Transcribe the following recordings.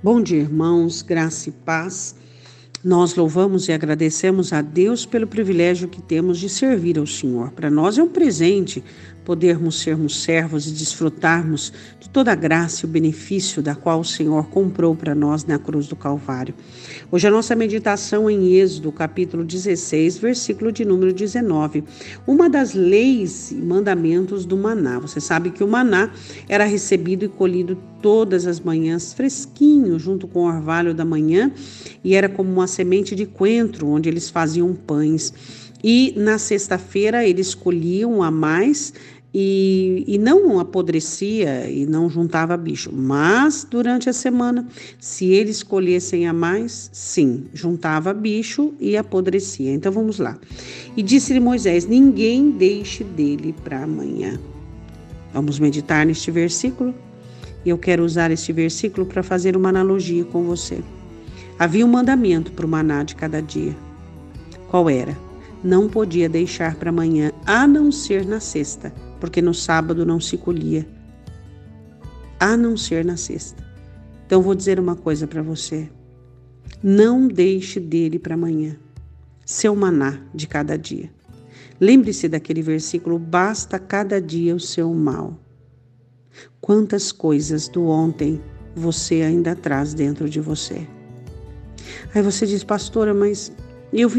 Bom dia, irmãos, graça e paz. Nós louvamos e agradecemos a Deus pelo privilégio que temos de servir ao Senhor. Para nós é um presente podermos sermos servos e desfrutarmos de toda a graça e o benefício da qual o Senhor comprou para nós na cruz do Calvário. Hoje a nossa meditação é em Êxodo, capítulo 16, versículo de número 19. Uma das leis e mandamentos do maná. Você sabe que o maná era recebido e colhido todas as manhãs, fresquinho, junto com o orvalho da manhã, e era como uma semente de coentro, onde eles faziam pães. E na sexta-feira eles colhiam a mais e não apodrecia e não juntava bicho. Mas durante a semana, se eles colhessem a mais, sim, juntava bicho e apodrecia. Então vamos lá. E disse-lhe Moisés: ninguém deixe dele para amanhã. Vamos meditar neste versículo? E eu quero usar este versículo para fazer uma analogia com você. Havia um mandamento para o maná de cada dia. Qual era? Não podia deixar para amanhã, a não ser na sexta, porque no sábado não se colhia, a não ser na sexta. Então vou dizer uma coisa para você: não deixe dele para amanhã, seu maná de cada dia. Lembre-se daquele versículo: basta cada dia o seu mal. Quantas coisas do ontem você ainda traz dentro de você? Aí você diz: pastora, mas eu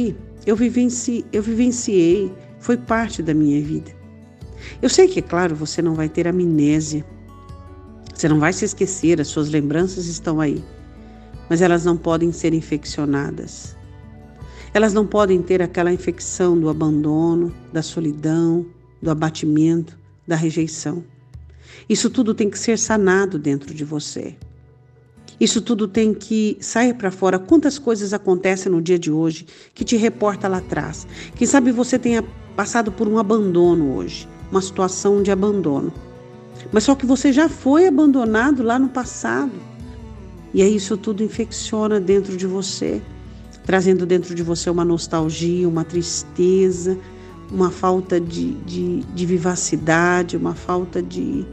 vivenciei, foi parte da minha vida. Eu sei que, é claro, você não vai ter amnésia, você não vai se esquecer, as suas lembranças estão aí, mas elas não podem ser infeccionadas. Elas não podem ter aquela infecção do abandono, da solidão, do abatimento, da rejeição. Isso tudo tem que ser sanado dentro de você. Isso tudo tem que sair para fora. Quantas coisas acontecem no dia de hoje que te reporta lá atrás? Quem sabe você tenha passado por um abandono hoje, uma situação de abandono. Mas só que você já foi abandonado lá no passado. E aí isso tudo infecciona dentro de você, trazendo dentro de você uma nostalgia, uma tristeza, uma falta de vivacidade, uma falta de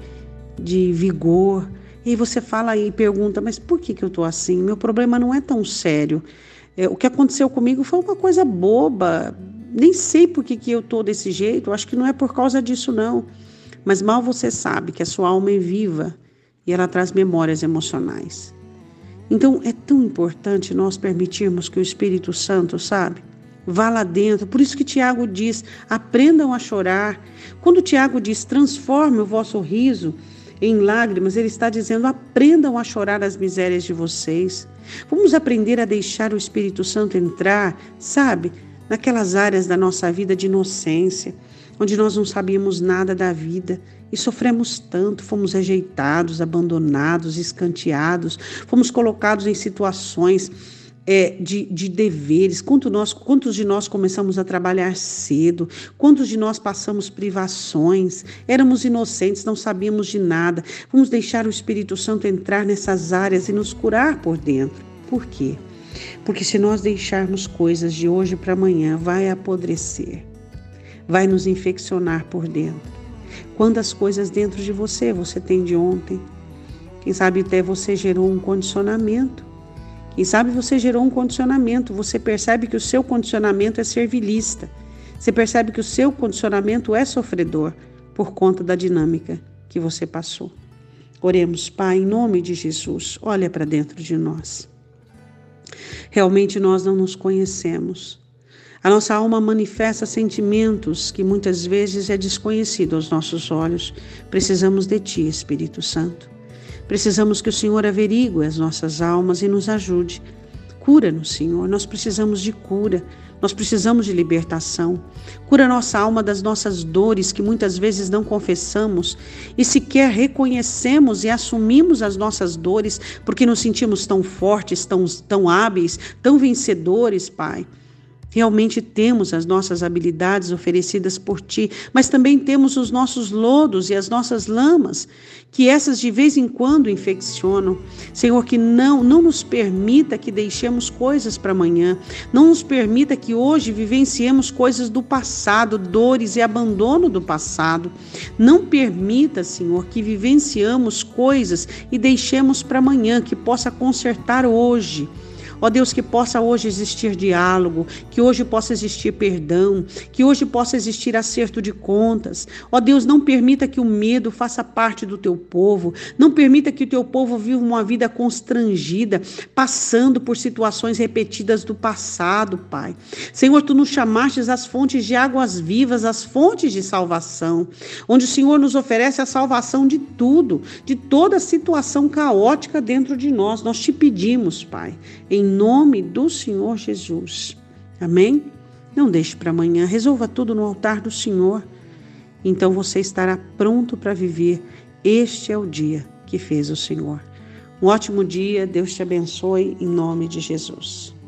vigor. E aí você fala e pergunta: mas por que eu estou assim? Meu problema não é tão sério. O que aconteceu comigo foi uma coisa boba. Nem sei por que eu estou desse jeito. Eu acho que não é por causa disso, não. Mas mal você sabe que a sua alma é viva e ela traz memórias emocionais. Então é tão importante nós permitirmos que o Espírito Santo, sabe, vá lá dentro. Por isso que Tiago diz: aprendam a chorar. Quando Tiago diz: transforme o vosso riso em lágrimas, ele está dizendo: aprendam a chorar as misérias de vocês. Vamos aprender a deixar o Espírito Santo entrar, sabe, naquelas áreas da nossa vida de inocência, onde nós não sabíamos nada da vida e sofremos tanto, fomos rejeitados, abandonados, escanteados, fomos colocados em situações de deveres. Quantos de nós começamos a trabalhar cedo? Quantos de nós passamos privações? Éramos inocentes, não sabíamos de nada. Vamos deixar o Espírito Santo entrar nessas áreas e nos curar por dentro. Por quê? Porque se nós deixarmos coisas de hoje para amanhã, vai apodrecer, vai nos infeccionar por dentro. Quantas coisas dentro de você tem de ontem? Quem sabe até você gerou um condicionamento. Quem sabe você gerou um condicionamento, você percebe que o seu condicionamento é servilista, você percebe que o seu condicionamento é sofredor por conta da dinâmica que você passou. Oremos. Pai, em nome de Jesus, olha para dentro de nós. Realmente nós não nos conhecemos. A nossa alma manifesta sentimentos que muitas vezes é desconhecido aos nossos olhos. Precisamos de Ti, Espírito Santo. Precisamos que o Senhor averigue as nossas almas e nos ajude. Cura-nos, Senhor. Nós precisamos de cura. Nós precisamos de libertação. Cura nossa alma das nossas dores que muitas vezes não confessamos e sequer reconhecemos e assumimos as nossas dores porque nos sentimos tão fortes, tão hábeis, tão vencedores, Pai. Realmente temos as nossas habilidades oferecidas por Ti, mas também temos os nossos lodos e as nossas lamas, que essas de vez em quando infeccionam. Senhor, que não nos permita que deixemos coisas para amanhã, não nos permita que hoje vivenciemos coisas do passado, dores e abandono do passado. Não permita, Senhor, que vivenciamos coisas e deixemos para amanhã, que possa consertar hoje. Ó Deus, que possa hoje existir diálogo, que hoje possa existir perdão, que hoje possa existir acerto de contas. Ó Deus, não permita que o medo faça parte do teu povo, não permita que o teu povo viva uma vida constrangida, passando por situações repetidas do passado, Pai. Senhor, Tu nos chamastes às fontes de águas vivas, às fontes de salvação, onde o Senhor nos oferece a salvação de tudo, de toda situação caótica dentro de nós. Nós te pedimos, Pai, em nome do Senhor Jesus. Amém? Não deixe para amanhã, resolva tudo no altar do Senhor. Então você estará pronto para viver. Este é o dia que fez o Senhor. Um ótimo dia, Deus te abençoe em nome de Jesus.